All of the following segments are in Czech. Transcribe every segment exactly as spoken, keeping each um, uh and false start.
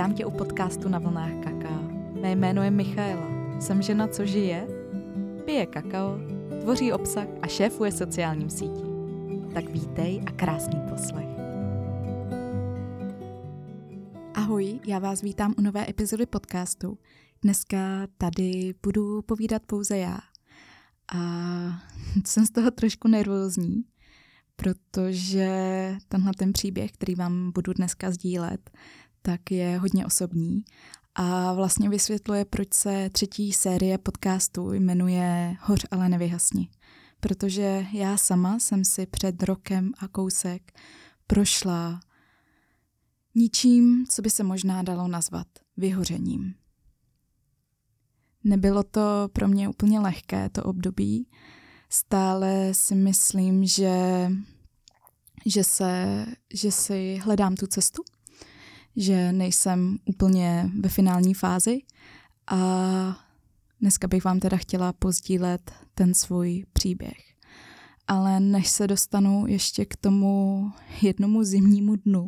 Vítám tě u podcastu Na vlnách kakaa. Mé jméno je Michaela. Jsem žena, co žije, pije kakao, tvoří obsah a šéfuje sociálním sítím. Tak vítej a krásný poslech. Ahoj, já vás vítám u nové epizody podcastu. Dneska tady budu povídat pouze já. A jsem z toho trošku nervózní, protože tenhle ten příběh, který vám budu dneska sdílet, tak je hodně osobní a vlastně vysvětluje, proč se třetí série podcastu jmenuje Hoř, ale nevyhasni. Protože já sama jsem si před rokem a kousek prošla ničím, co by se možná dalo nazvat vyhořením. Nebylo to pro mě úplně lehké, to období. Stále si myslím, že, že, se, že si hledám tu cestu, že nejsem úplně ve finální fázi a dneska bych vám teda chtěla pozdílet ten svůj příběh. Ale než se dostanu ještě k tomu jednomu zimnímu dnu,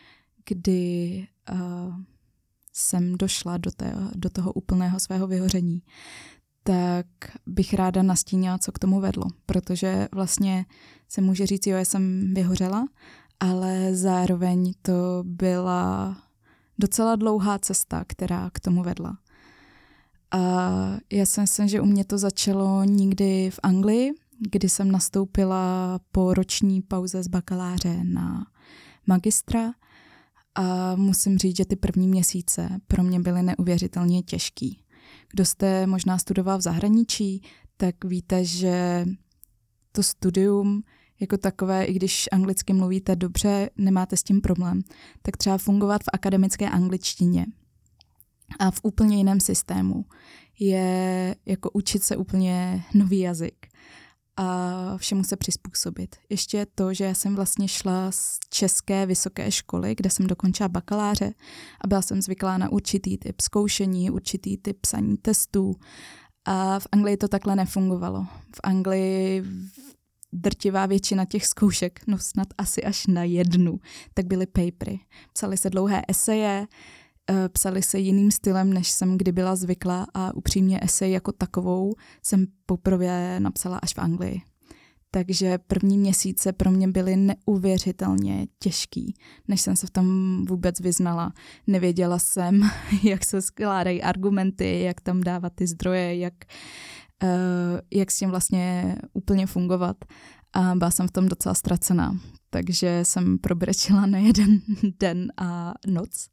kdy uh, jsem došla do, té, do toho úplného svého vyhoření, tak bych ráda nastínila, co k tomu vedlo. Protože vlastně se může říct, jo, já jsem vyhořela, ale zároveň to byla docela dlouhá cesta, která k tomu vedla. A já si myslím, že u mě to začalo někdy v Anglii, kdy jsem nastoupila po roční pauze z bakaláře na magistra a musím říct, že ty první měsíce pro mě byly neuvěřitelně těžký. Kdo jste možná studoval v zahraničí, tak víte, že to studium jako takové, i když anglicky mluvíte dobře, nemáte s tím problém, tak třeba fungovat v akademické angličtině a v úplně jiném systému je jako učit se úplně nový jazyk a všemu se přizpůsobit. Ještě to, že já jsem vlastně šla z české vysoké školy, kde jsem dokončila bakaláře a byla jsem zvyklá na určitý typ zkoušení, určitý typ psaní testů a v Anglii to takhle nefungovalo. V Anglii drtivá většina těch zkoušek, no snad asi až na jednu, tak byly papery. Psaly se dlouhé eseje, psaly se jiným stylem, než jsem kdy byla zvyklá a upřímně esej jako takovou jsem poprvé napsala až v Anglii. Takže první měsíce pro mě byly neuvěřitelně těžký, než jsem se v tom vůbec vyznala. Nevěděla jsem, jak se skládají argumenty, jak tam dávat ty zdroje, jak, uh, jak s tím vlastně úplně fungovat. A byla jsem v tom docela ztracená, takže jsem probrečila na jeden den a noc.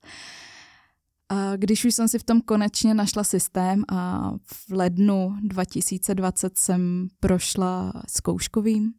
A když už jsem si v tom konečně našla systém a v lednu dva tisíce dvacet jsem prošla zkouškovým,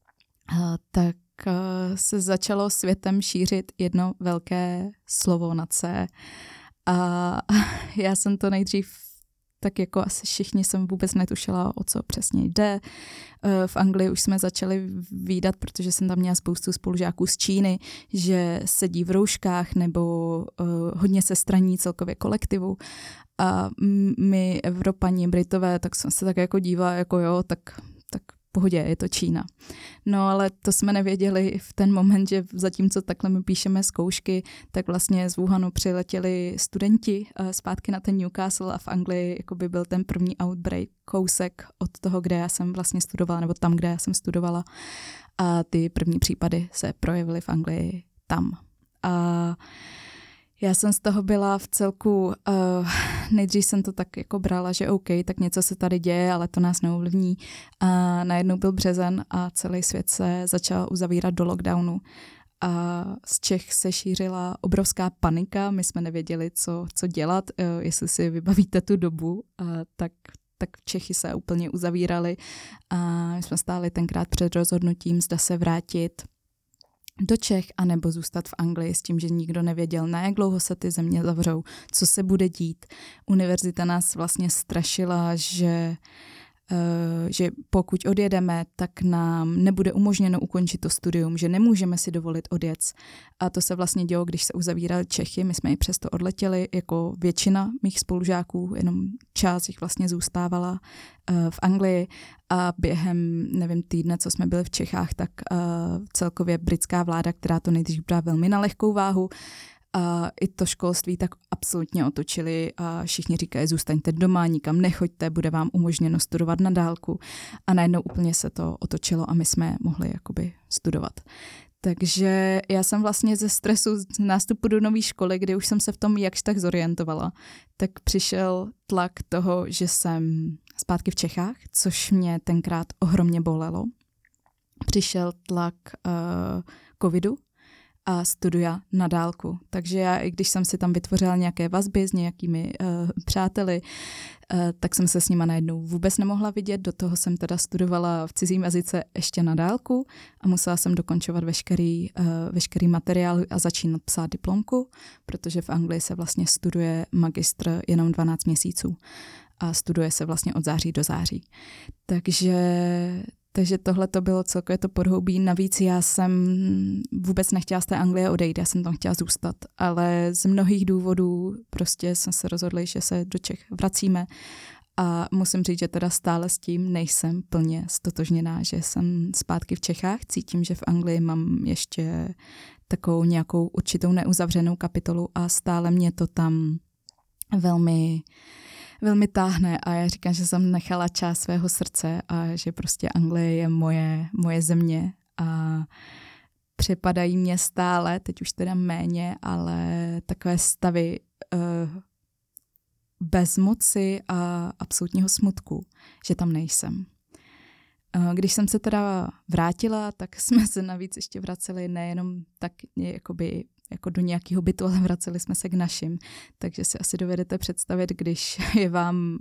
tak se začalo světem šířit jedno velké slovo na C. A já jsem to nejdřív tak jako asi všichni jsem vůbec netušila, o co přesně jde. V Anglii už jsme začali vídat, protože jsem tam měla spoustu spolužáků z Číny, že sedí v rouškách nebo uh, hodně se straní celkově kolektivu. A my, Evropani, Britové, tak jsem se tak jako dívala, jako jo, tak, tak pohodě, je to Čína. No ale to jsme nevěděli v ten moment, že zatímco takhle my píšeme zkoušky, tak vlastně z Wuhanu přiletěli studenti zpátky na ten Newcastle a v Anglii jako by byl ten první outbreak kousek od toho, kde já jsem vlastně studovala, nebo tam, kde já jsem studovala. A ty první případy se projevily v Anglii tam. A já jsem z toho byla v celku, uh, nejdřív jsem to tak jako brala, že OK, tak něco se tady děje, ale to nás neovlivní. A najednou byl březen a celý svět se začal uzavírat do lockdownu. A z Čech se šířila obrovská panika, my jsme nevěděli, co, co dělat, uh, jestli si vybavíte tu dobu, uh, tak tak Čechy se úplně uzavírali a my jsme stáli tenkrát před rozhodnutím, zda se vrátit do Čech, anebo zůstat v Anglii s tím, že nikdo nevěděl, na jak dlouho se ty země zavřou, co se bude dít. Univerzita nás vlastně strašila, že, uh, že pokud odjedeme, tak nám nebude umožněno ukončit to studium, že nemůžeme si dovolit odjet. A to se vlastně dělo, když se uzavíraly Čechy, my jsme i přesto odletěli, jako většina mých spolužáků, jenom část jich vlastně zůstávala uh, v Anglii. A během, nevím, týdne, co jsme byli v Čechách, tak uh, celkově britská vláda, která to nejdřív brala velmi na lehkou váhu, a i to školství tak absolutně otočili a všichni říkají, zůstaňte doma, nikam nechoďte, bude vám umožněno studovat na dálku. A najednou úplně se to otočilo a my jsme mohli jakoby studovat. Takže já jsem vlastně ze stresu z nástupu do nové školy, kdy už jsem se v tom jakž tak zorientovala, tak přišel tlak toho, že jsem zpátky v Čechách, což mě tenkrát ohromně bolelo. Přišel tlak uh, covidu a studia na dálku. Takže já, i když jsem si tam vytvořila nějaké vazby s nějakými uh, přáteli, uh, tak jsem se s nima najednou vůbec nemohla vidět. Do toho jsem teda studovala v cizím jazyce ještě na dálku a musela jsem dokončovat veškerý, uh, veškerý materiál a začínat psát diplomku, protože v Anglii se vlastně studuje magistr jenom dvanáct měsíců a studuje se vlastně od září do září. Takže Takže tohle to bylo celkově to podhoubí. Navíc já jsem vůbec nechtěla z té Anglie odejít, já jsem tam chtěla zůstat, ale z mnohých důvodů prostě jsme se rozhodli, že se do Čech vracíme a musím říct, že teda stále s tím nejsem plně stotožněná, že jsem zpátky v Čechách, cítím, že v Anglii mám ještě takovou nějakou určitou neuzavřenou kapitolu a stále mě to tam velmi velmi táhne a já říkám, že jsem nechala část svého srdce a že prostě Anglie je moje, moje země a přepadají mě stále, teď už teda méně, ale takové stavy uh, bezmoci a absolutního smutku, že tam nejsem. Uh, když jsem se teda vrátila, tak jsme se navíc ještě vraceli nejenom tak jakoby jako do nějakého bytu, ale vraceli jsme se k našim. Takže si asi dovedete představit, když je vám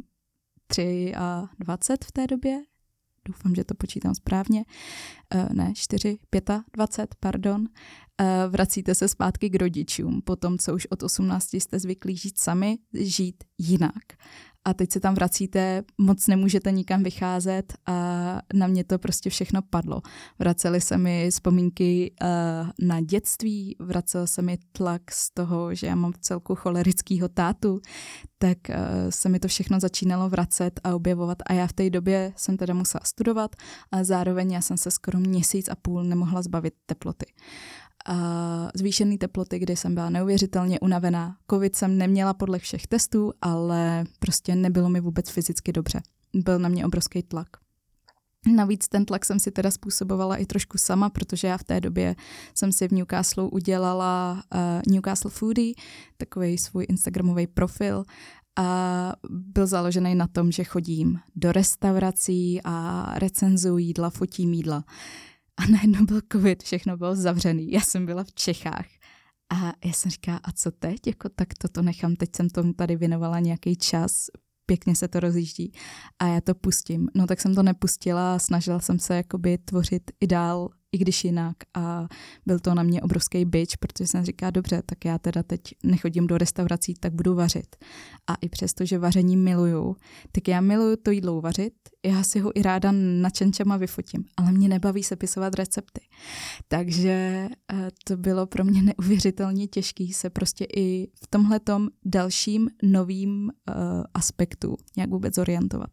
dvacet tři v té době, doufám, že to počítám správně, uh, ne, čtyři, dvacet pět, pardon, uh, vracíte se zpátky k rodičům, po tom, co už od osmnácti jste zvyklí žít sami, žít jinak. A teď se tam vracíte, moc nemůžete nikam vycházet a na mě to prostě všechno padlo. Vracely se mi vzpomínky uh, na dětství, vracel se mi tlak z toho, že já mám v celku cholerickýho tátu, tak uh, se mi to všechno začínalo vracet a objevovat. A já v té době jsem teda musela studovat, ale zároveň já jsem se skoro měsíc a půl nemohla zbavit teploty. A zvýšený teploty, kdy jsem byla neuvěřitelně unavená. Covid jsem neměla podle všech testů, ale prostě nebylo mi vůbec fyzicky dobře. Byl na mě obrovský tlak. Navíc ten tlak jsem si teda způsobovala i trošku sama, protože já v té době jsem si v Newcastle udělala uh, Newcastle Foodie, takový svůj instagramový profil a byl založený na tom, že chodím do restaurací a recenzuji jídla, fotím jídla. A najednou byl covid, všechno bylo zavřený. Já jsem byla v Čechách a já jsem říkala, a co teď? Jako, tak toto nechám, teď jsem tomu tady věnovala nějaký čas, pěkně se to rozjíždí a já to pustím. No tak jsem to nepustila a snažila jsem se jakoby tvořit i dál, i když jinak a byl to na mě obrovský bič, protože jsem říkala, dobře, tak já teda teď nechodím do restaurací, tak budu vařit. A i přesto, že vaření miluju, tak já miluju to jídlo uvařit, já si ho i ráda načenčama vyfotím, ale mě nebaví sepisovat recepty. Takže to bylo pro mě neuvěřitelně těžký se prostě i v tomhletom dalším novým uh, aspektu nějak vůbec orientovat.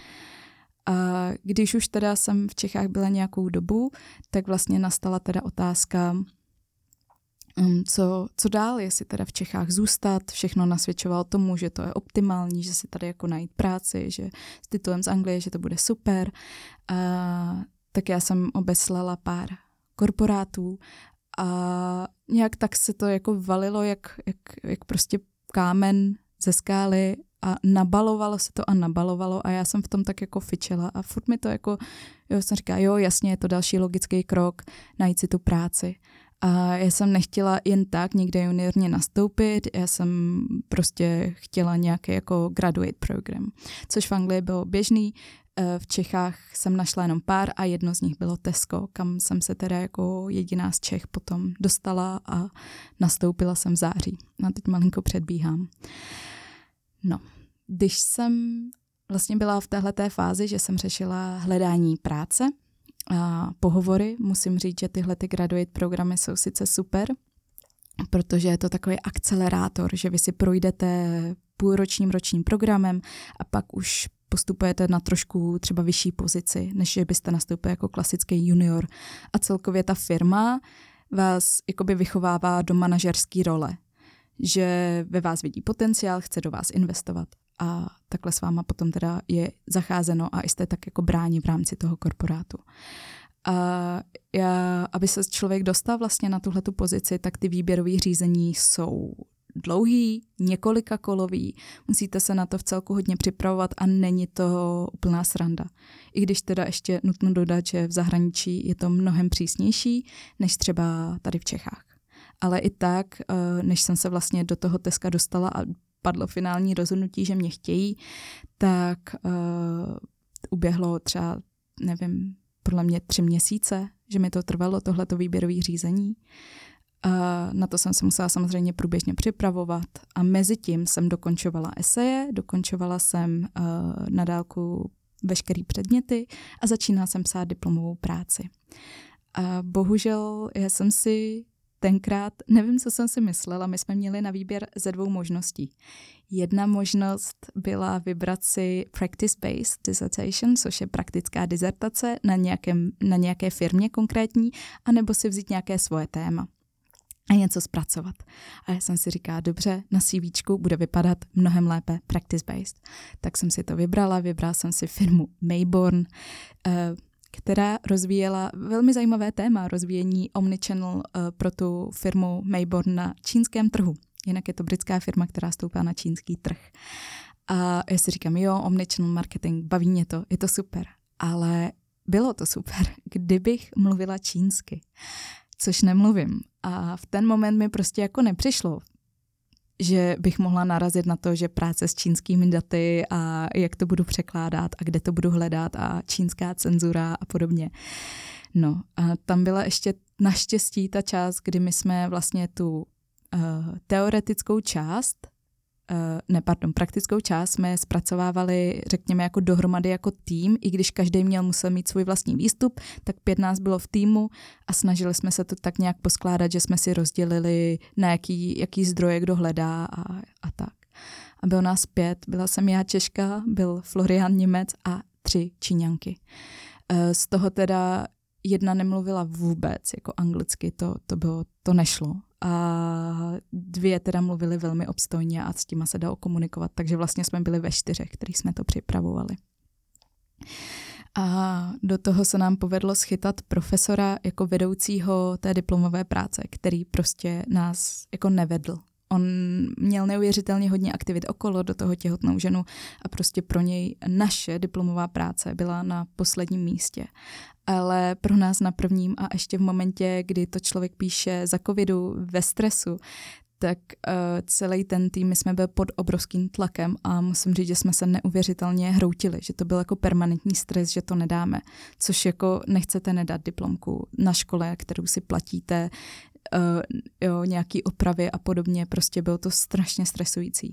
A když už teda jsem v Čechách byla nějakou dobu, tak vlastně nastala teda otázka, co, co dál, jestli teda v Čechách zůstat. Všechno nasvědčovalo tomu, že to je optimální, že si tady jako najít práci, že s titulem z Anglie, že to bude super. A tak já jsem obeslala pár korporátů a nějak tak se to jako valilo, jak, jak, jak prostě kámen ze skály a nabalovalo se to a nabalovalo a já jsem v tom tak jako fičela a furt mi to jako, jo, jsem říkala, jo, jasně, je to další logický krok, najít si tu práci. A já jsem nechtěla jen tak někde juniorně nastoupit, já jsem prostě chtěla nějaký jako graduate program, což v Anglii bylo běžný. V Čechách jsem našla jenom pár a jedno z nich bylo Tesco, kam jsem se teda jako jediná z Čech potom dostala a nastoupila jsem v září. A teď malinko předbíhám. No, když jsem vlastně byla v téhleté fázi, že jsem řešila hledání práce a pohovory, musím říct, že tyhle ty graduate programy jsou sice super, protože je to takový akcelerátor, že vy si projdete půlročním ročním programem a pak už postupujete na trošku třeba vyšší pozici, než že byste nastoupili jako klasický junior. A celkově ta firma vás jakoby vychovává do manažerské role. že ve vás vidí potenciál, chce do vás investovat a takhle s váma potom teda je zacházeno a jste tak jako bráni v rámci toho korporátu. A já, aby se člověk dostal vlastně na tuhletu pozici, tak ty výběrové řízení jsou dlouhý, několika kolový, musíte se na to v celku hodně připravovat a není to úplná sranda. I když teda ještě nutno dodat, že v zahraničí je to mnohem přísnější, než třeba tady v Čechách. Ale i tak, než jsem se vlastně do toho Teska dostala a padlo finální rozhodnutí, že mě chtějí, tak uh, uběhlo třeba, nevím, podle mě tři měsíce, že mi to trvalo, tohleto výběrové řízení. A na to jsem se musela samozřejmě průběžně připravovat a mezi tím jsem dokončovala eseje, dokončovala jsem uh, na dálku veškerý předměty a začínala jsem psát diplomovou práci. A bohužel já jsem si tenkrát, nevím, co jsem si myslela, my jsme měli na výběr ze dvou možností. Jedna možnost byla vybrat si practice-based dissertation, což je praktická dizertace na, nějakém, na nějaké firmě konkrétní, anebo si vzít nějaké svoje téma a něco zpracovat. A já jsem si říkala, dobře, na CVčku bude vypadat mnohem lépe practice-based. Tak jsem si to vybrala, vybrala jsem si firmu Mayborn, která rozvíjela velmi zajímavé téma rozvíjení omnichannel pro tu firmu Mayborn na čínském trhu. Jinak je to britská firma, která stoupá na čínský trh. A já si říkám, jo, omnichannel marketing, baví mě to, je to super. Ale bylo to super, kdybych mluvila čínsky, což nemluvím. A v ten moment mi prostě jako nepřišlo, že bych mohla narazit na to, že práce s čínskými daty a jak to budu překládat a kde to budu hledat a čínská cenzura a podobně. No a tam byla ještě naštěstí ta část, kdy my jsme vlastně tu uh, teoretickou část, uh, ne, pardon, praktickou část jsme zpracovávali, řekněme, jako dohromady jako tým, i když každý měl musel mít svůj vlastní výstup, tak pět nás bylo v týmu a snažili jsme se to tak nějak poskládat, že jsme si rozdělili, na jaký, jaký zdroje kdo hledá a, a tak. A bylo nás pět, byla jsem já Češka, byl Florian Němec a tři Číňanky. Z toho teda jedna nemluvila vůbec jako anglicky, to, to, bylo, to nešlo. A dvě teda mluvily velmi obstojně a s těma se dalo komunikovat, takže vlastně jsme byli ve čtyřech, který jsme to připravovali. A do toho se nám povedlo schytat profesora jako vedoucího té diplomové práce, který prostě nás jako nevedl. On měl neuvěřitelně hodně aktivit okolo, do toho těhotnou ženu a prostě pro něj naše diplomová práce byla na posledním místě. Ale pro nás na prvním a ještě v momentě, kdy to člověk píše za covidu ve stresu, tak uh, celý ten tým, my jsme byli pod obrovským tlakem a musím říct, že jsme se neuvěřitelně hroutili, že to byl jako permanentní stres, že to nedáme, což jako nechcete nedat diplomku na škole, kterou si platíte, uh, jo, nějaký opravy a podobně, prostě bylo to strašně stresující.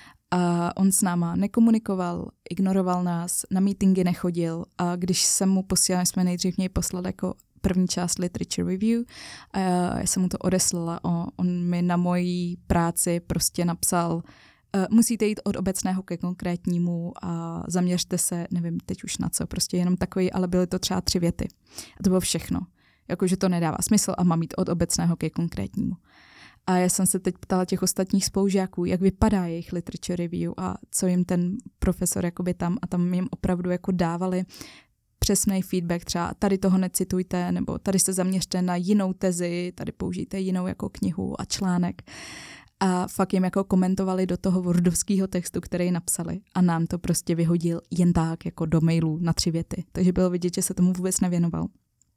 A on s náma nekomunikoval, ignoroval nás, na meetingy nechodil a když jsem mu posílala, jsme nejdřív něj poslali jako první část literature review a já jsem mu to odeslala. On mi na mojí práci prostě napsal, musíte jít od obecného ke konkrétnímu a zaměřte se, nevím teď už na co, prostě jenom takový, ale byly to třeba tři věty. A to bylo všechno. Jakože to nedává smysl a mám jít od obecného ke konkrétnímu. A já jsem se teď ptala těch ostatních spolužáků, jak vypadá jejich literature review a co jim ten profesor jakoby tam a tam jim opravdu jako dávali přesný feedback, třeba tady toho necitujte, nebo tady se zaměřte na jinou tezi, tady použijte jinou jako knihu a článek. A fakt jim jako komentovali do toho wordovského textu, který napsali a nám to prostě vyhodil jen tak jako do mailu na tři věty. Takže bylo vidět, že se tomu vůbec nevěnoval.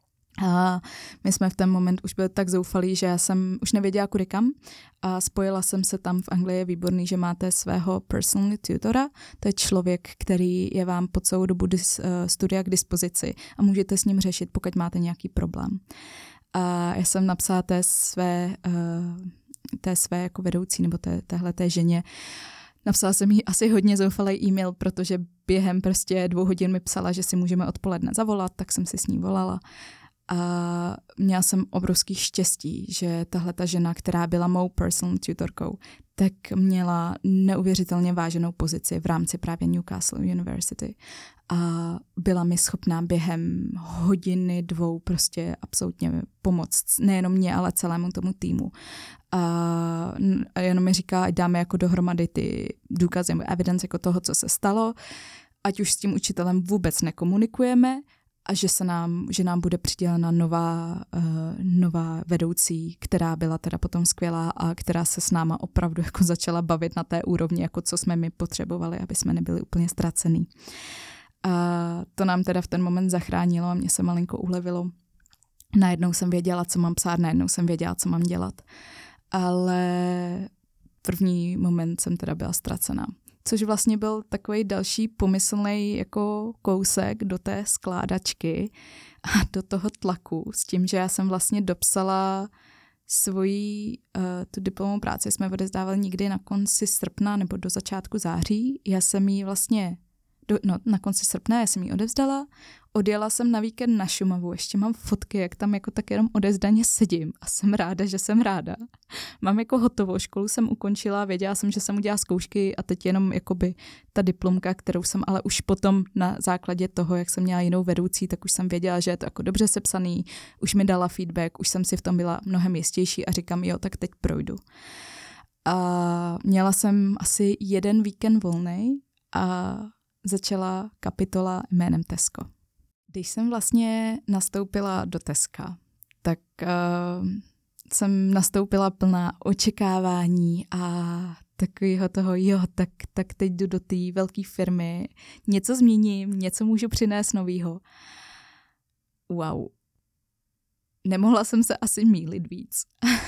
A my jsme v ten moment už byli tak zoufalí, že já jsem už nevěděla kudy kam a spojila jsem se tam, v Anglii je výborný, že máte svého personal tutora, to je člověk, který je vám po celou dobu dis, uh, studia k dispozici a můžete s ním řešit, pokud máte nějaký problém. A já jsem napsala té své, uh, té své jako vedoucí nebo té, téhleté ženě, napsala jsem jí asi hodně zoufalý e-mail, protože během prostě dvou hodin mi psala, že si můžeme odpoledne zavolat, tak jsem si s ní volala. A měla jsem obrovský štěstí, že tahle ta žena, která byla mou personal tutorkou, tak měla neuvěřitelně váženou pozici v rámci právě Newcastle University a byla mi schopná během hodiny, dvou prostě absolutně pomoct. Nejenom mě, ale celému tomu týmu. A jenom mi říká, ať dáme jako dohromady ty důkazy, evidence jako toho, co se stalo, ať už s tím učitelem vůbec nekomunikujeme, a že se nám, že nám bude přidělena nová, uh, nová vedoucí, která byla teda potom skvělá a která se s náma opravdu jako začala bavit na té úrovni, jako co jsme my potřebovali, aby jsme nebyli úplně ztracený. A to nám teda v ten moment zachránilo a mě se malinko ulevilo. Najednou jsem věděla, co mám psát, najednou jsem věděla, co mám dělat. Ale první moment jsem teda byla ztracená. Což vlastně byl takový další pomyslný jako kousek do té skládačky a do toho tlaku s tím, že já jsem vlastně dopsala svoji uh, tu diplomovou práci, jsme odezdávali někdy na konci srpna nebo do začátku září. Já jsem ji vlastně, do, no na konci srpna já jsem ji odevzdala, odjela jsem na víkend na Šumavu, ještě mám fotky, jak tam jako tak jenom odevzdaně sedím a jsem ráda, že jsem ráda. Mám jako hotovou, školu jsem ukončila, věděla jsem, že jsem udělala zkoušky a teď jenom jakoby ta diplomka, kterou jsem ale už potom na základě toho, jak jsem měla jinou vedoucí, tak už jsem věděla, že je to jako dobře sepsaný, už mi dala feedback, už jsem si v tom byla mnohem jistější a říkám, jo, tak teď projdu. A měla jsem asi jeden víkend volnej a začala kapitola jménem Tesco. Když jsem vlastně nastoupila do Teska, tak uh, jsem nastoupila plná očekávání a takového toho, jo, tak, tak teď jdu do té velké firmy, něco změním, něco můžu přinést novýho. Wow. Nemohla jsem se asi mýlit víc.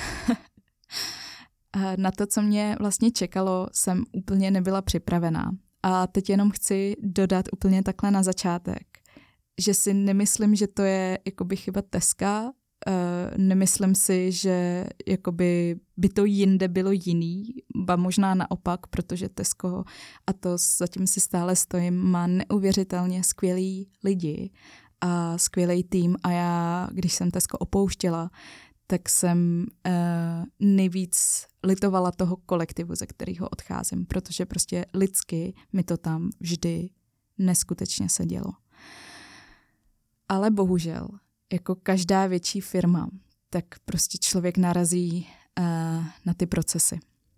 Na to, co mě vlastně čekalo, jsem úplně nebyla připravená. A teď jenom chci dodat úplně takhle na začátek, že si nemyslím, že to je jakoby chyba Teska, uh, nemyslím si, že jakoby by to jinde bylo jiný, ba možná naopak, protože Tesco, a to zatím si stále stojím, má neuvěřitelně skvělý lidi a skvělý tým a já, když jsem Tesco opouštěla, tak jsem uh, nejvíc litovala toho kolektivu, ze kterého odcházím, protože prostě lidsky mi to tam vždy neskutečně sedělo. Ale bohužel, jako každá větší firma, tak prostě člověk narazí uh, na ty procesy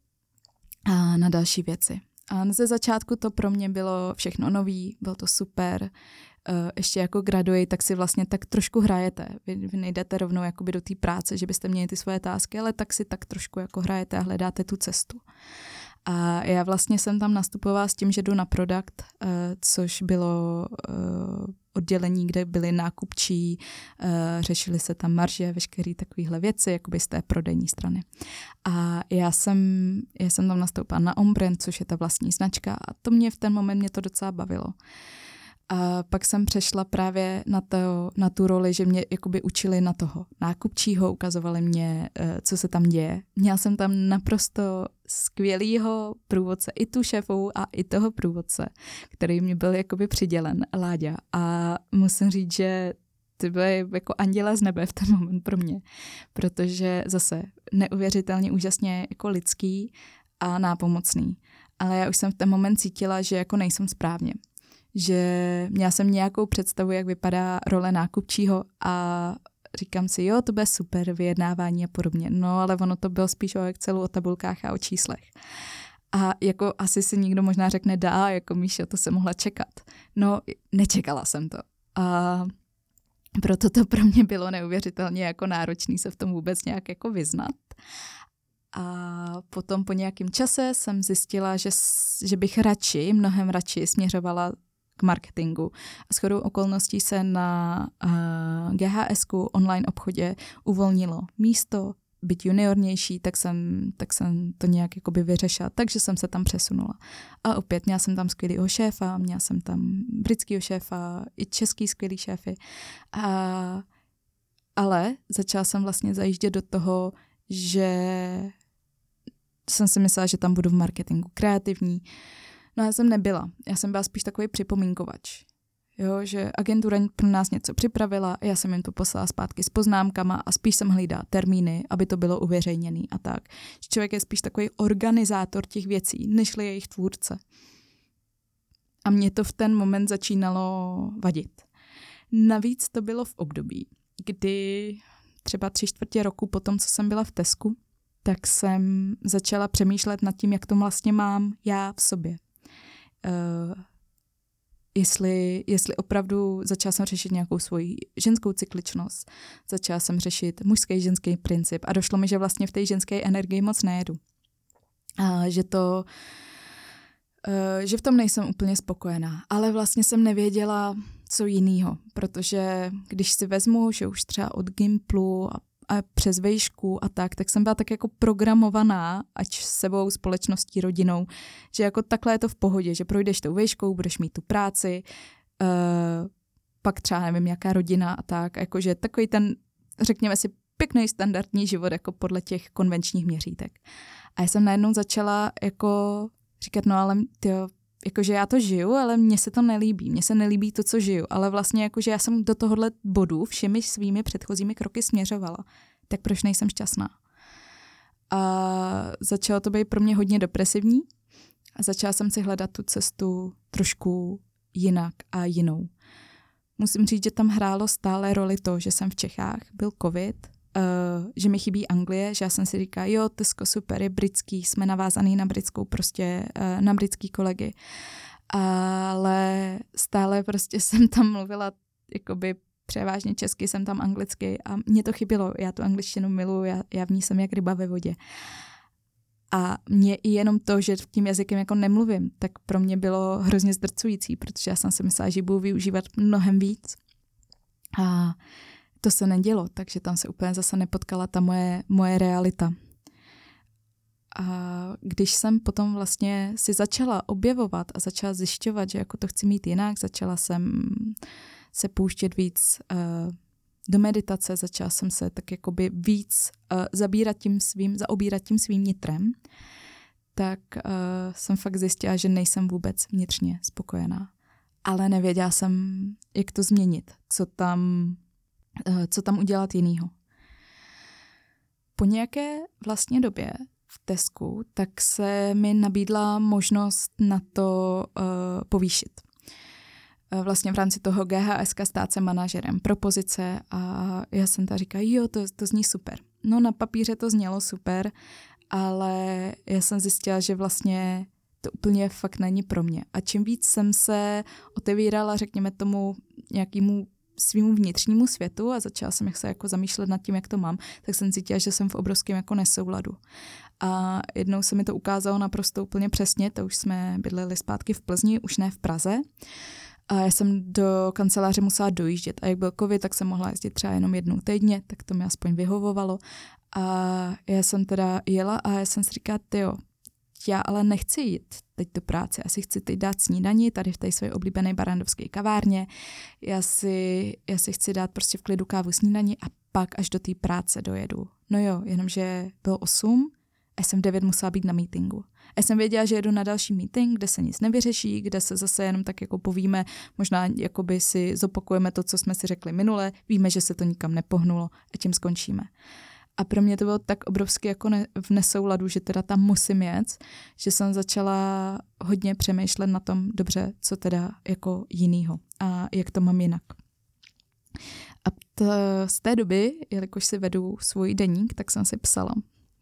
a na další věci. A ze začátku to pro mě bylo všechno nový, bylo to super. Uh, ještě jako graduate, tak si vlastně tak trošku hrajete. Vy, vy nejdete rovnou jakoby do té práce, že byste měli ty svoje tásky, ale tak si tak trošku jako hrajete a hledáte tu cestu. A já vlastně jsem tam nastupovala s tím, že jdu na product, uh, což bylo uh, oddělení, kde byly nákupčí, uh, řešily se tam marže, veškeré takovéhle věci, jakoby z té prodejní strany. A já jsem, já jsem tam nastoupila na Ombrand, což je ta vlastní značka a to mě v ten moment mě to docela bavilo. A pak jsem přešla právě na, to, na tu roli, že mě jakoby učili na toho nákupčího, ukazovali mě, co se tam děje. Měla jsem tam naprosto skvělýho průvodce, i tu šéfovou a i toho průvodce, který mi byl jakoby přidělen, Láďa. A musím říct, že ty byly jako anděla z nebe v ten moment pro mě, protože zase neuvěřitelně úžasně jako lidský a nápomocný. Ale já už jsem v ten moment cítila, že jako nejsem správně. Že měla jsem nějakou představu, jak vypadá role nákupčího a říkám si, jo, to bude super, vyjednávání a podobně. No, ale ono to bylo spíš o Excelu, o tabulkách a o číslech. A jako asi si někdo možná řekne, dá, jako Míšo, to se mohla čekat. No, nečekala jsem to. A proto to pro mě bylo neuvěřitelně jako náročný se v tom vůbec nějak jako vyznat. A potom po nějakém čase jsem zjistila, že, že bych radši, mnohem radši směřovala k marketingu. A shodou okolností se na uh, G H S ku online obchodě uvolnilo místo, být juniornější, tak jsem, tak jsem to nějak jakoby vyřešila, takže jsem se tam přesunula. A opět měla jsem tam skvělýho šéfa, měla jsem tam britskýho šéfa, i český skvělý šéfy. A, ale začala jsem vlastně zajíždět do toho, že jsem si myslela, že tam budu v marketingu kreativní. No já jsem nebyla. Já jsem byla spíš takový připomínkovač. Jo, že agentura pro nás něco připravila, já jsem jim to poslala zpátky s poznámkama a spíš jsem hlídala termíny, aby to bylo uveřejněný a tak. Člověk je spíš takový organizátor těch věcí, nežli jejich tvůrce. A mě to v ten moment začínalo vadit. Navíc to bylo v období, kdy třeba tři čtvrtě roku po tom, co jsem byla v Tesku, tak jsem začala přemýšlet nad tím, jak to vlastně mám já v sobě. Uh, jestli, jestli opravdu začala jsem řešit nějakou svoji ženskou cykličnost, začala jsem řešit mužský ženský princip a došlo mi, že vlastně v té ženské energii moc nejedu. A že to, uh, že v tom nejsem úplně spokojená, ale vlastně jsem nevěděla, co jinýho, protože když si vezmu, že už třeba od Gimplu a, a přes vejšku a tak, tak jsem byla tak jako programovaná, ať s sebou, společností, rodinou, že jako takhle je to v pohodě, že projdeš tou vejškou, budeš mít tu práci, uh, pak třeba nevím, jaká rodina a tak, jakože takový ten, řekněme si, pěkný standardní život jako podle těch konvenčních měřítek. A já jsem najednou začala jako říkat, no ale tyjo, jakože já to žiju, ale mně se to nelíbí. Mně se nelíbí to, co žiju, ale vlastně jakože já jsem do tohohle bodu všemi svými předchozími kroky směřovala. Tak proč nejsem šťastná? A začalo to být pro mě hodně depresivní a začala jsem si hledat tu cestu trošku jinak a jinou. Musím říct, že tam hrálo stále roli to, že jsem v Čechách, byl covid, uh, že mi chybí Anglie, že já jsem si říkala, jo, Tesco super, je britský, jsme navázaný na britskou prostě, uh, na britský kolegy. Ale stále prostě jsem tam mluvila jakoby převážně česky, jsem tam anglicky a mě to chybělo. Já tu angličtinu miluji, já, já v ní jsem jak ryba ve vodě. A mě i jenom to, že tím jazykem jako nemluvím, tak pro mě bylo hrozně zdrcující, protože já jsem si myslela, že budu využívat mnohem víc. A to se nedělo, takže tam se úplně zase nepotkala ta moje, moje realita. A když jsem potom vlastně si začala objevovat a začala zjišťovat, že jako to chci mít jinak, začala jsem se pouštět víc uh, do meditace, začala jsem se tak jakoby víc uh, zabírat tím svým, zaobírat tím svým nitrem, tak uh, jsem fakt zjistila, že nejsem vůbec vnitřně spokojená. Ale nevěděla jsem, jak to změnit, co tam, uh, co tam udělat jinýho. Po nějaké vlastně době v Tesku, tak se mi nabídla možnost na to uh, povýšit. Uh, vlastně v rámci toho G H S stát se manažerem pro pozice a já jsem ta říkala, jo, to, to zní super. No na papíře to znělo super, ale já jsem zjistila, že vlastně to úplně fakt není pro mě. A čím víc jsem se otevírala, řekněme tomu nějakému svýmu vnitřnímu světu a začala jsem se jako zamýšlet nad tím, jak to mám, tak jsem cítila, že jsem v obrovském jako nesouladu. A jednou se mi to ukázalo naprosto úplně přesně, to už jsme bydleli zpátky v Plzni, už ne v Praze. A já jsem do kanceláře musela dojíždět a jak byl covid, tak jsem mohla jezdit třeba jenom jednou týdně, tak to mi aspoň vyhovovalo. A já jsem teda jela a já jsem si říkala, tyjo, já ale nechci jít teď do práce, já si chci teď dát snídani tady v té své oblíbené barandovské kavárně, já si, já si chci dát prostě v klidu kávu snídani a pak až do té práce dojedu. No jo, jenomže bylo osm a jsem v devět musela být na meetingu. A jsem věděla, že jedu na další meeting, kde se nic nevyřeší, kde se zase jenom tak jako povíme, možná jakoby si zopakujeme to, co jsme si řekli minule, víme, že se to nikam nepohnulo a tím skončíme. A pro mě to bylo tak obrovsky jako ne, v nesouladu, že teda tam musím jet, že jsem začala hodně přemýšlet na tom, dobře, co teda jako jinýho a jak to mám jinak. A t, z té doby, jelikož si vedu svůj deník, tak jsem si psala.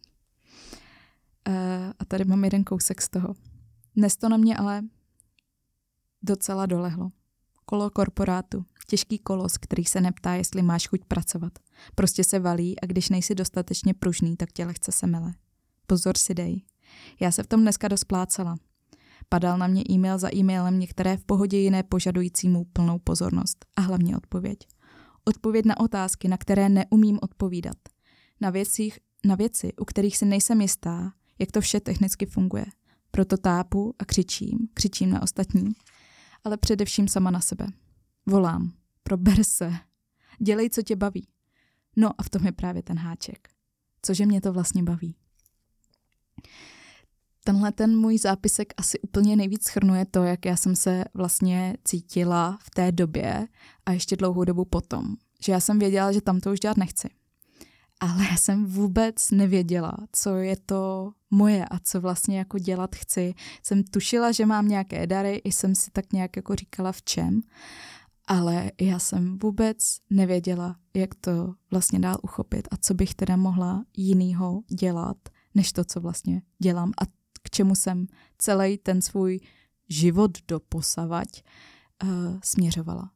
E, a tady mám jeden kousek z toho. Dnes to na mě ale docela dolehlo. Kolo korporátu. Těžký kolos, který se neptá, jestli máš chuť pracovat. Prostě se valí a když nejsi dostatečně pružný, tak tě lehce semele. Pozor si dej. Já se v tom dneska dost plácala. Padal na mě e-mail za e-mailem, některé v pohodě, jiné požadující mou plnou pozornost. A hlavně odpověď. Odpověď na otázky, na které neumím odpovídat. Na, věcích, na věci, u kterých si nejsem jistá, jak to vše technicky funguje. Proto tápu a křičím, křičím na ostatní, ale především sama na sebe. Volám, prober se, dělej, co tě baví. No a v tom je právě ten háček. Cože mě to vlastně baví. tenhle ten můj zápisek asi úplně nejvíc shrnuje to, jak já jsem se vlastně cítila v té době a ještě dlouhou dobu potom. Že já jsem věděla, že tam to už dělat nechci. Ale já jsem vůbec nevěděla, co je to moje a co vlastně jako dělat chci. Jsem tušila, že mám nějaké dary, i jsem si tak nějak jako říkala v čem, ale já jsem vůbec nevěděla, jak to vlastně dál uchopit a co bych teda mohla jinýho dělat, než to, co vlastně dělám a k čemu jsem celý ten svůj život doposavať uh, směřovala.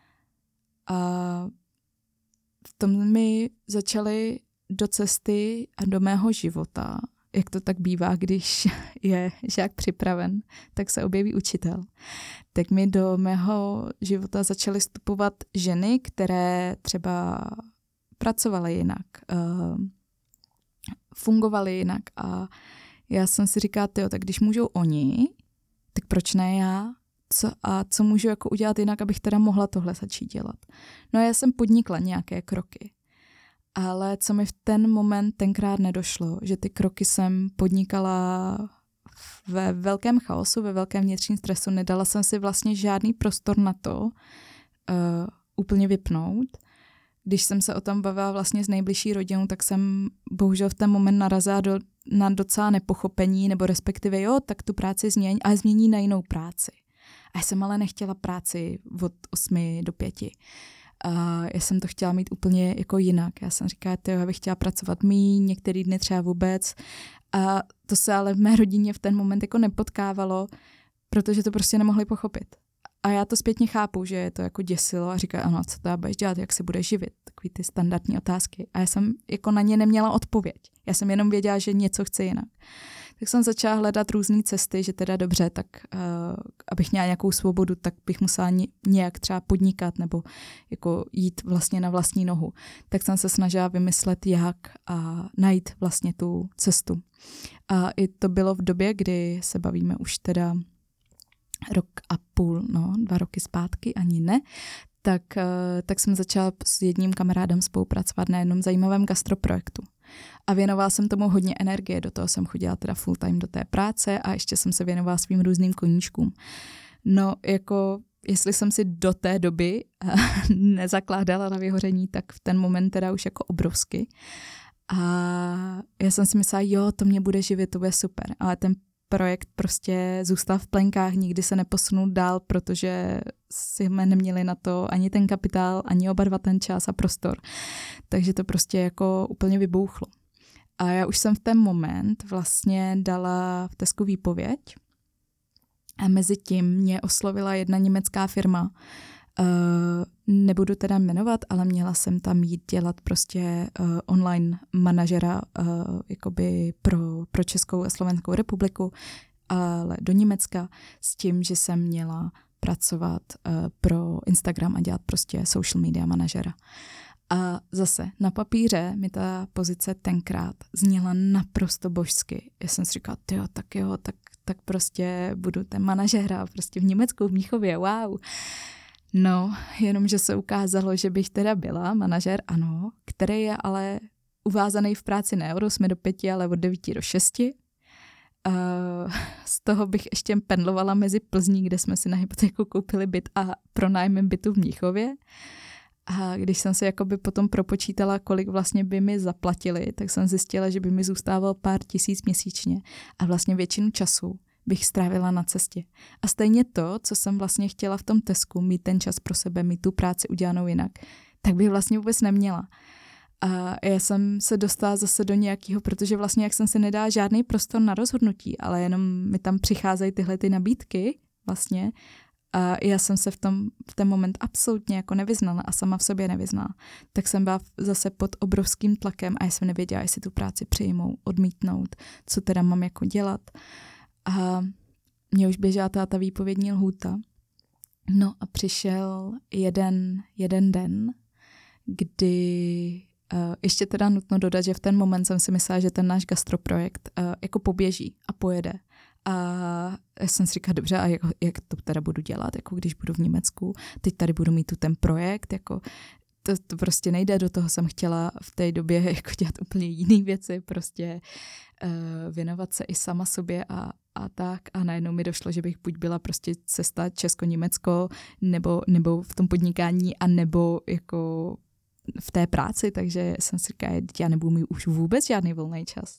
A v tom mi začaly do cesty a do mého života, jak to tak bývá, když je žák připraven, tak se objeví učitel. Tak mi do mého života začaly vstupovat ženy, které třeba pracovaly jinak, uh, fungovaly jinak a já jsem si říkala, tyjo, tak když můžou oni, tak proč ne já? Co, a co můžu jako udělat jinak, abych teda mohla tohle začít dělat? No a já jsem podnikla nějaké kroky, ale co mi v ten moment tenkrát nedošlo, že ty kroky jsem podnikala ve velkém chaosu, ve velkém vnitřním stresu, nedala jsem si vlastně žádný prostor na to uh, úplně vypnout. Když jsem se o tom bavila vlastně s nejbližší rodinou, tak jsem bohužel v ten moment narazila do, na docela nepochopení, nebo respektive jo, tak tu práci změň, ale změní na jinou práci. A já jsem ale nechtěla práci od osmi do pěti. A já jsem to chtěla mít úplně jako jinak. Já jsem říkala, tyjo, já bych chtěla pracovat míň, některý dny třeba vůbec. A to se ale v mé rodině v ten moment jako nepotkávalo, protože to prostě nemohli pochopit. A já to zpětně chápu, že je to jako děsilo a říká, ano, co to budeš dělat, jak se budeš živit, takový ty standardní otázky. A já jsem jako na ně neměla odpověď. Já jsem jenom věděla, že něco chci jinak. Tak jsem začala hledat různé cesty, že teda dobře, tak uh, abych měla nějakou svobodu, tak bych musela nějak třeba podnikat nebo jako jít vlastně na vlastní nohu. Tak jsem se snažila vymyslet jak a najít vlastně tu cestu. A i to bylo v době, kdy se bavíme už teda rok a půl, no, dva roky zpátky, ani ne, tak, tak jsem začala s jedním kamarádem spolupracovat na jednom zajímavém gastroprojektu. A věnovala jsem tomu hodně energie, do toho jsem chodila teda full time do té práce a ještě jsem se věnovala svým různým koníčkům. No, jako, jestli jsem si do té doby nezakládala na vyhoření, tak v ten moment teda už jako obrovsky. A já jsem si myslela, jo, to mě bude živit, to bude super, ale ten projekt prostě zůstal v plenkách, nikdy se neposunul dál, protože jsme neměli na to ani ten kapitál, ani oba dva ten čas a prostor. Takže to prostě jako úplně vybouchlo. A já už jsem v ten moment vlastně dala v Tesku výpověď a mezi tím mě oslovila jedna německá firma. Uh, nebudu teda jmenovat, ale měla jsem tam jít dělat prostě uh, online manažera uh, jakoby pro, pro Českou a Slovenskou republiku, ale do Německa s tím, že jsem měla pracovat uh, pro Instagram a dělat prostě social media manažera. A zase na papíře mi ta pozice tenkrát zněla naprosto božsky. Já jsem si říkala, tyjo, tak jo, tak, tak prostě budu ten manažera prostě v Německu, v Mnichově, wow. No, jenomže se ukázalo, že bych teda byla manažer, ano, který je ale uvázaný v práci ne od osmi do pěti, ale od devíti do šesti. Uh, z toho bych ještě pendlovala mezi Plzní, kde jsme si na hypotéku koupili byt a pronájmem bytu v Mnichově. A když jsem se jakoby potom propočítala, kolik vlastně by mi zaplatili, tak jsem zjistila, že by mi zůstávalo pár tisíc měsíčně a vlastně většinu času bych strávila na cestě. A stejně to, co jsem vlastně chtěla v tom Tesku, mít ten čas pro sebe, mít tu práci udělanou jinak, tak bych vlastně vůbec neměla. A já jsem se dostala zase do nějakého, protože vlastně jak jsem si nedala žádný prostor na rozhodnutí, ale jenom mi tam přicházejí tyhle ty nabídky vlastně a já jsem se v tom v ten moment absolutně jako nevyznala a sama v sobě nevyznala. Tak jsem byla zase pod obrovským tlakem a já jsem nevěděla, jestli tu práci přijmou, odmítnout, co teda mám jako dělat. A mě už běžela ta, ta výpovědní lhůta. No a přišel jeden, jeden den, kdy uh, ještě teda nutno dodat, že v ten moment jsem si myslela, že ten náš gastroprojekt uh, jako poběží a pojede. A já jsem si říkala, dobře, a jak, jak to teda budu dělat, jako když budu v Německu, teď tady budu mít tu ten projekt, jako to, to prostě nejde, do toho jsem chtěla v té době jako dělat úplně jiné věci, prostě uh, věnovat se i sama sobě a, a tak a najednou mi došlo, že bych buď byla prostě cesta Česko-Německo nebo, nebo v tom podnikání a nebo jako v té práci, takže jsem si říkala, já nebudu mít už vůbec žádný volný čas.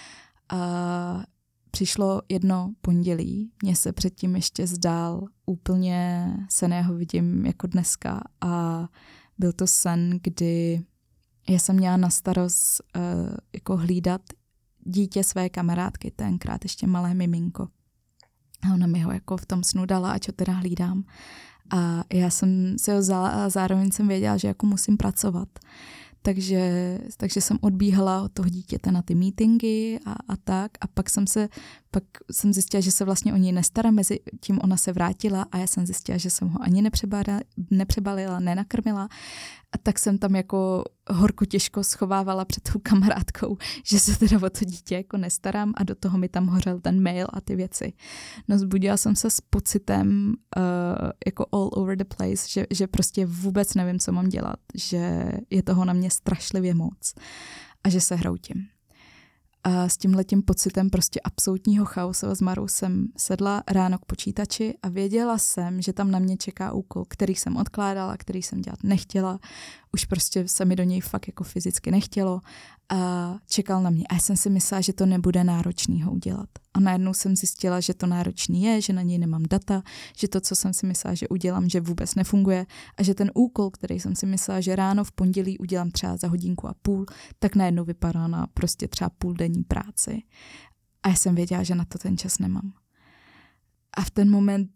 A přišlo jedno pondělí, mně se předtím ještě zdál úplně sen, já ho vidím jako dneska a byl to sen, kdy já jsem měla na starost uh, jako hlídat dítě své kamarádky, tenkrát ještě malé miminko. A ona mi ho jako v tom snu dala, ať ho teda hlídám. A já jsem si ho vzala a zároveň jsem věděla, že jako musím pracovat. Takže, takže jsem odbíhala od toho dítěte na ty meetingy a, a tak. A pak jsem se, pak jsem zjistila, že se vlastně o něj nestarám. Mezi tím ona se vrátila a já jsem zjistila, že jsem ho ani nepřebalila, nepřebalila, nenakrmila. A tak jsem tam jako horko těžko schovávala před tou kamarádkou, že se teda o to dítě jako nestarám a do toho mi tam hořel ten mail a ty věci. No zbudila jsem se s pocitem uh, jako all over the place, že, že prostě vůbec nevím, co mám dělat, že je toho na mě strašlivě moc a že se hroutím. A s tímhletím pocitem prostě absolutního chaosu a zmaru jsem sedla ráno k počítači a věděla jsem, že tam na mě čeká úkol, který jsem odkládala, který jsem dělat nechtěla. Už prostě se mi do něj fakt jako fyzicky nechtělo a čekal na mě. A já jsem si myslela, že to nebude náročný ho udělat. A najednou jsem zjistila, že to náročný je, že na něj nemám data, že to, co jsem si myslela, že udělám, že vůbec nefunguje a že ten úkol, který jsem si myslela, že ráno v pondělí udělám třeba za hodinku a půl, tak najednou vypadá na prostě třeba půldenní práci. A já jsem věděla, že na to ten čas nemám. A v ten moment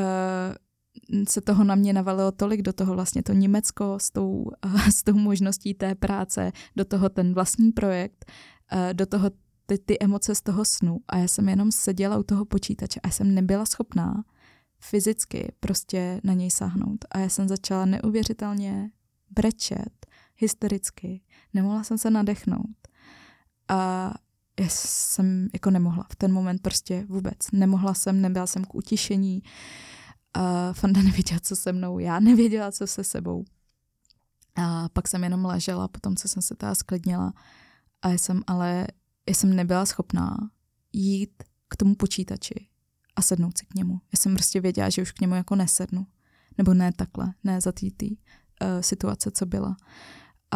uh, se toho na mě navalilo tolik, do toho vlastně to Německo s tou, uh, s tou možností té práce, do toho ten vlastní projekt, uh, do toho ty, ty emoce z toho snu a já jsem jenom seděla u toho počítače a já jsem nebyla schopná fyzicky prostě na něj sáhnout a já jsem začala neuvěřitelně brečet, hystericky, nemohla jsem se nadechnout a já jsem jako nemohla v ten moment prostě vůbec, nemohla jsem, nebyla jsem k utišení a Fanda nevěděla, co se mnou, já nevěděla, co se sebou a pak jsem jenom ležela, potom co jsem se teda sklidnila a já jsem ale Já jsem nebyla schopná jít k tomu počítači a sednout si k němu. Já jsem prostě věděla, že už k němu jako nesednu. Nebo ne takhle, ne za tý, tý uh, situace, co byla. A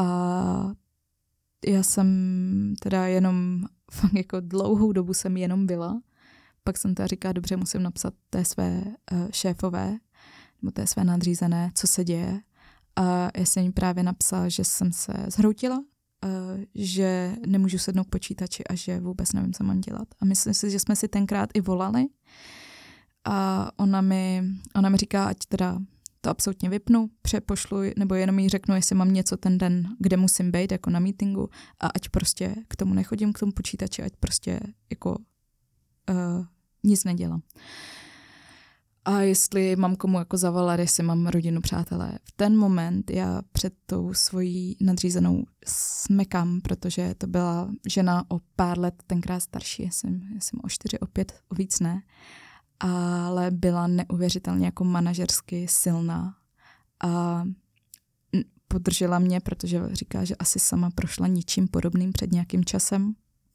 já jsem teda jenom, fakt jako dlouhou dobu jsem jenom byla. Pak jsem teda říkala, dobře, musím napsat té své uh, šéfové, nebo té své nadřízené, co se děje. A já jsem jí právě napsala, že jsem se zhroutila, Uh, že nemůžu sednout k počítači a že vůbec nevím, co mám dělat. A myslím si, že jsme si tenkrát i volali a ona mi, ona mi říká, ať teda to absolutně vypnu, přepošlu, nebo jenom jí řeknu, jestli mám něco ten den, kde musím být, jako na meetingu a ať prostě k tomu nechodím, k tomu počítači, ať prostě jako uh, nic nedělám. A jestli mám komu jako zavolat, jestli mám rodinu, přátelé. V ten moment já před tou svojí nadřízenou smekám, protože to byla žena o pár let tenkrát starší, jsem, jsem o čtyři, o pět, o víc ne, ale byla neuvěřitelně jako manažersky silná a podržela mě, protože říká, že asi sama prošla ničím podobným před nějakým časem.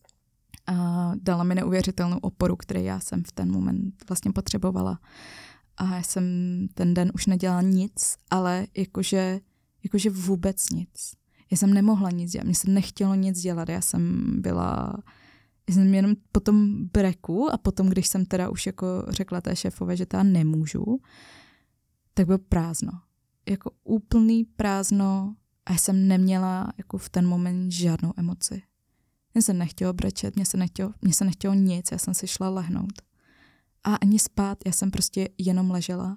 A dala mi neuvěřitelnou oporu, kterou já jsem v ten moment vlastně potřebovala. A já jsem ten den už nedělala nic, ale jakože, jakože vůbec nic. Já jsem nemohla nic dělat, mně se nechtělo nic dělat, já jsem byla, já jsem jenom po tom breku a potom, když jsem teda už jako řekla té šéfové, že teda nemůžu, tak bylo prázdno. Jako úplný prázdno a já jsem neměla jako v ten moment žádnou emoci. Mně se nechtělo brečet, mně se nechtělo, mně se nechtělo nic, já jsem si šla lehnout. A ani spát, já jsem prostě jenom ležela.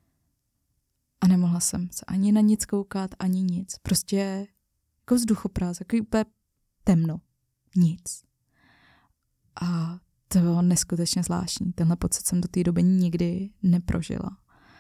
A nemohla jsem se ani na nic koukat, ani nic. Prostě jako vzduchoprázdno, jako úplně temno. Nic. A to bylo neskutečně zvláštní. Tenhle pocit jsem do té doby nikdy neprožila.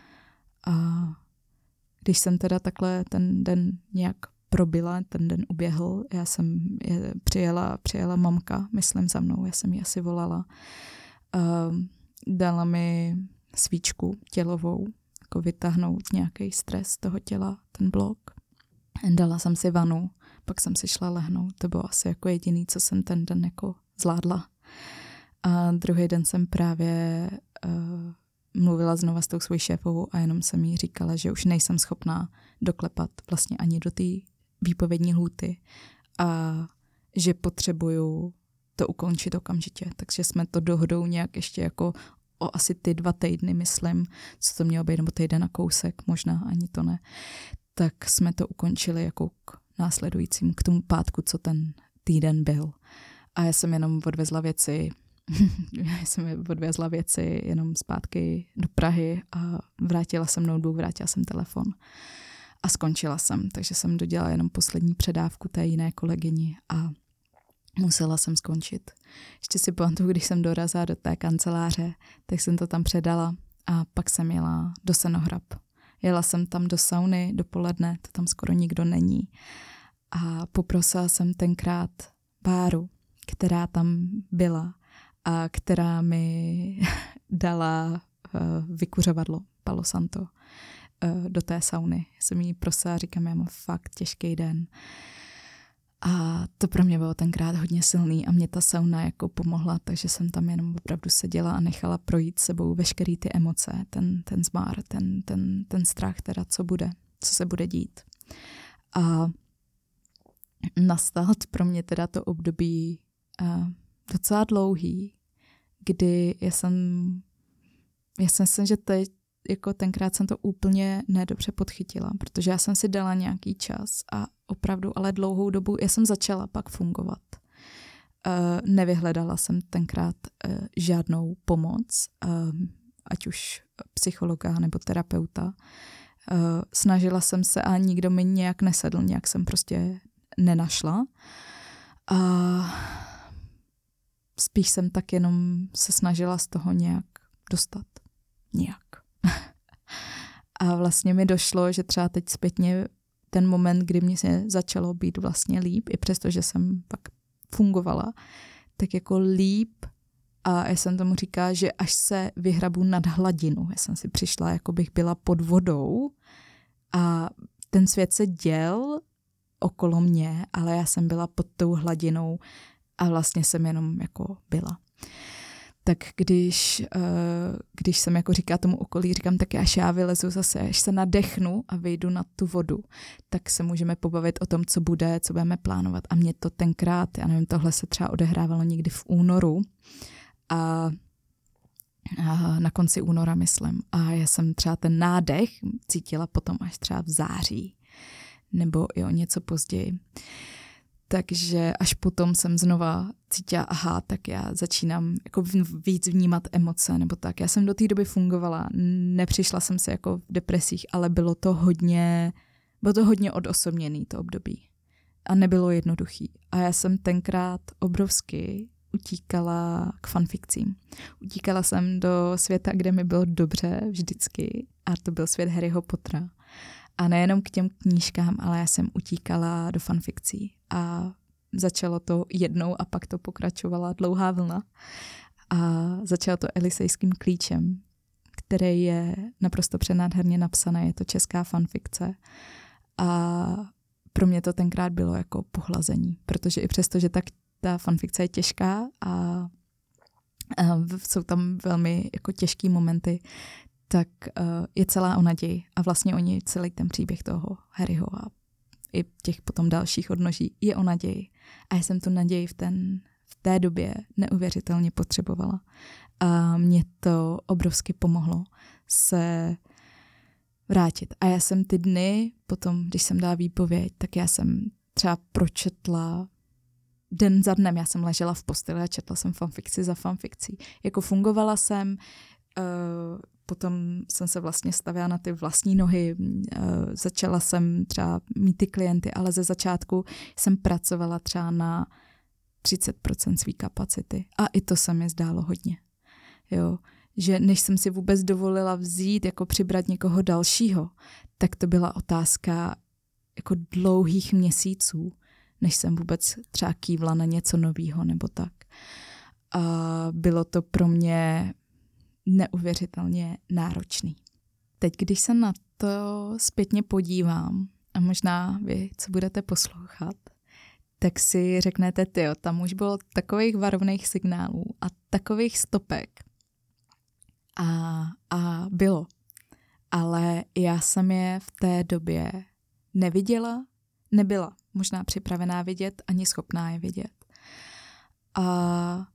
A když jsem teda takhle ten den nějak probila, ten den uběhl, já jsem je, přijela, přijela mamka, myslím za mnou, já jsem ji asi volala. Uh, dala mi svíčku tělovou, jako vytáhnout nějaký stres z toho těla, ten blok. Dala jsem si vanu, pak jsem si šla lehnout. To bylo asi jako jediný, co jsem ten den jako zvládla. A druhý den jsem právě uh, mluvila znova s tou svojí šéfovou a jenom jsem jí říkala, že už nejsem schopná doklepat vlastně ani do té výpovědní lhůty a že potřebuju to ukončit okamžitě. Takže jsme to dohodou nějak ještě jako o asi ty dva týdny, myslím, co to mělo být, nebo týden a kousek, možná ani to ne. Tak jsme to ukončili jako k následujícím, k tomu pátku, co ten týden byl. A já jsem jenom odvezla věci, já jsem odvezla věci jenom zpátky do Prahy a vrátila jsem notebook, vrátila jsem telefon a skončila jsem. Takže jsem dodělala jenom poslední předávku té jiné kolegyni a musela jsem skončit. Ještě si pamatuju, když jsem dorazila do té kanceláře, tak jsem to tam předala a pak jsem jela do Senohrab. Jela jsem tam do sauny dopoledne, to tam skoro nikdo není. A poprosila jsem tenkrát Báru, která tam byla a která mi dala uh, vykuřovadlo Palo Santo uh, do té sauny. Jsem jí prosila, říkám, já mám fakt těžký den. A to pro mě bylo tenkrát hodně silný a mě ta sauna jako pomohla, takže jsem tam jenom opravdu seděla a nechala projít sebou veškerý ty emoce, ten, ten zmár, ten, ten, ten strach teda, co bude, co se bude dít. A nastal pro mě teda to období uh, docela dlouhý, kdy já jsem, já jsem si, že teď, jako tenkrát jsem to úplně nedobře podchytila, protože já jsem si dala nějaký čas a opravdu, ale dlouhou dobu, já jsem začala pak fungovat. Uh, nevyhledala jsem tenkrát uh, žádnou pomoc, uh, ať už psychologa nebo terapeuta. Uh, snažila jsem se a nikdo mi nějak nesedl, nějak jsem prostě nenašla. A spíš jsem tak jenom se snažila z toho nějak dostat. Nějak. A vlastně mi došlo, že třeba teď zpětně ten moment, kdy mě se začalo být vlastně líp, i přesto, že jsem pak fungovala, tak jako líp a já jsem tomu říkala, že až se vyhrabu nad hladinu. Já jsem si přišla, jako bych byla pod vodou a ten svět se děl okolo mě, ale já jsem byla pod tou hladinou a vlastně jsem jenom jako byla. Tak když, když jsem jako říká tomu okolí, říkám, tak až já vylezu zase, až se nadechnu a vyjdu na tu vodu, tak se můžeme pobavit o tom, co bude, co budeme plánovat. A mě to tenkrát, já nevím, tohle se třeba odehrávalo někdy v únoru a, a na konci února, myslím. A já jsem třeba ten nádech cítila potom až třeba v září nebo jo, něco později. Takže až potom jsem znova cítila, aha, tak já začínám jako víc vnímat emoce, nebo tak. Já jsem do té doby fungovala, nepřišla jsem se jako v depresích, ale bylo to hodně, bylo to hodně odosobněný to období. A nebylo jednoduchý. A já jsem tenkrát obrovsky utíkala k fanfikcím. Utíkala jsem do světa, kde mi bylo dobře vždycky, a to byl svět Harryho Pottera. A nejenom k těm knížkám, ale já jsem utíkala do fanfikcí. A začalo to jednou a pak to pokračovala dlouhá vlna. A začalo to Elysejským klíčem, který je naprosto přenádherně napsané. Je to česká fanfikce. A pro mě to tenkrát bylo jako pohlazení, protože i přesto, že tak ta fanfikce je těžká a, a jsou tam velmi jako těžký momenty, tak uh, je celá o naději. A vlastně oni celý ten příběh toho Harryho a i těch potom dalších odnoží je o naději. A já jsem tu naději v, ten, v té době neuvěřitelně potřebovala. A mě to obrovsky pomohlo se vrátit. A já jsem ty dny, potom, když jsem dala výpověď, tak já jsem třeba pročetla den za dnem. Já jsem ležela v posteli a četla jsem fanfikci za fanfikcí. Jako fungovala jsem, uh, potom jsem se vlastně stavěla na ty vlastní nohy, uh, začala jsem třeba mít ty klienty, ale ze začátku jsem pracovala třeba na třicet procent své kapacity. A i to se mi zdálo hodně. Jo, že než jsem si vůbec dovolila vzít, jako přibrat někoho dalšího, tak to byla otázka jako dlouhých měsíců, než jsem vůbec třeba kývla na něco novýho nebo tak. A bylo to pro mě neuvěřitelně náročný. Teď, když se na to zpětně podívám a možná vy, co budete poslouchat, tak si řeknete, tyjo, tam už bylo takových varovných signálů a takových stopek. A, a bylo. Ale já jsem je v té době neviděla, nebyla možná připravená vidět, ani schopná je vidět. A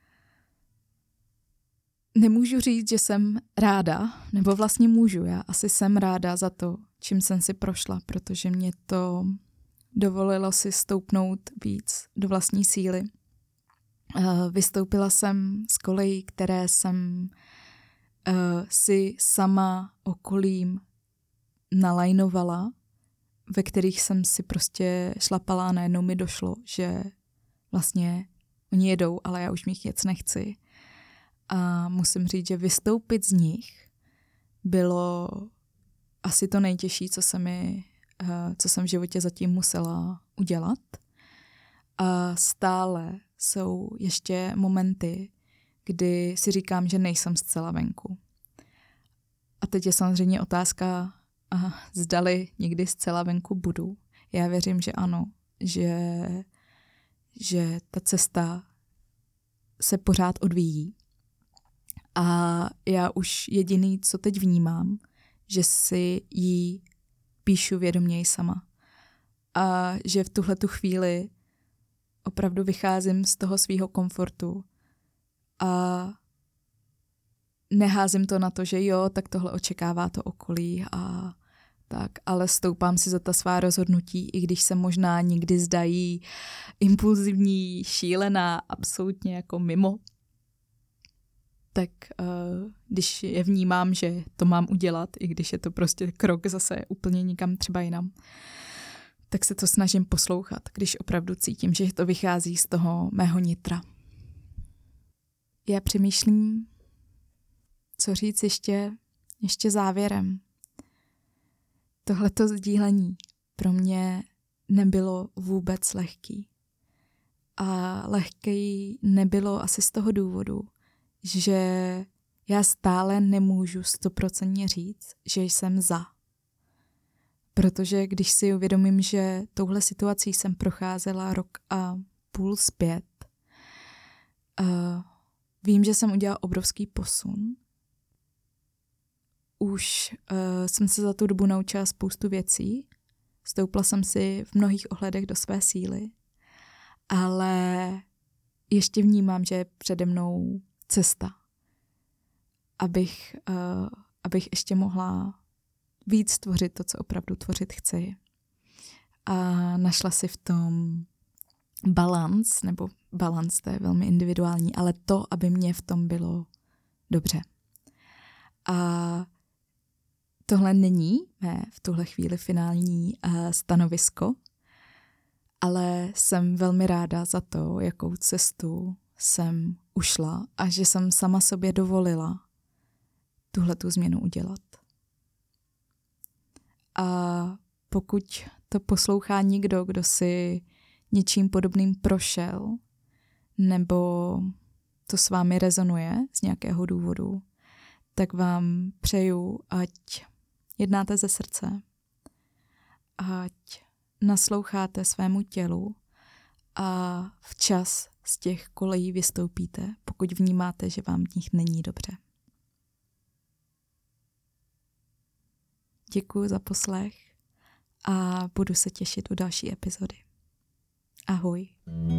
nemůžu říct, že jsem ráda, nebo vlastně můžu, já asi jsem ráda za to, čím jsem si prošla, protože mě to dovolilo si stoupnout víc do vlastní síly. Vystoupila jsem z kolejí, které jsem si sama okolím nalajnovala, ve kterých jsem si prostě šlapala a najednou mi došlo, že vlastně oni jedou, ale já už mých jet nechci. A musím říct, že vystoupit z nich bylo asi to nejtěžší, co se mi, co jsem v životě zatím musela udělat. A stále jsou ještě momenty, kdy si říkám, že nejsem zcela venku. A teď je samozřejmě otázka, aha, zdali někdy zcela venku budu. Já věřím, že ano, že, že ta cesta se pořád odvíjí. A já už jediný, co teď vnímám, že si ji píšu vědoměji sama. A že v tuhletu chvíli opravdu vycházím z toho svýho komfortu a neházím to na to, že jo, tak tohle očekává to okolí a tak, ale stoupám si za ta svá rozhodnutí, i když se možná někdy zdají impulzivní, šílená, absolutně jako mimo. Tak uh, když je vnímám, že to mám udělat, i když je to prostě krok zase úplně nikam třeba jinam, tak se to snažím poslouchat, když opravdu cítím, že to vychází z toho mého nitra. Já přemýšlím, co říct ještě, ještě závěrem. Tohleto sdílení pro mě nebylo vůbec lehký. A lehký nebylo asi z toho důvodu, že já stále nemůžu stoprocentně říct, že jsem za. Protože když si uvědomím, že touhle situací jsem procházela rok a půl zpět, uh, vím, že jsem udělala obrovský posun. Už uh, jsem se za tu dobu naučila spoustu věcí, stoupla jsem si v mnohých ohledech do své síly, ale ještě vnímám, že je přede mnou cesta, abych, uh, abych ještě mohla víc tvořit to, co opravdu tvořit chci. A našla si v tom balans, nebo balans, to je velmi individuální, ale to, aby mě v tom bylo dobře. A tohle není mé v tuhle chvíli finální uh, stanovisko, ale jsem velmi ráda za to, jakou cestu jsem ušla a že jsem sama sobě dovolila tuhletu změnu udělat. A pokud to poslouchá někdo, kdo si něčím podobným prošel, nebo to s vámi rezonuje z nějakého důvodu, tak vám přeju, ať jednáte ze srdce, ať nasloucháte svému tělu a včas z těch kolejí vystoupíte, pokud vnímáte, že vám v nich není dobře. Děkuji za poslech a budu se těšit u další epizody. Ahoj.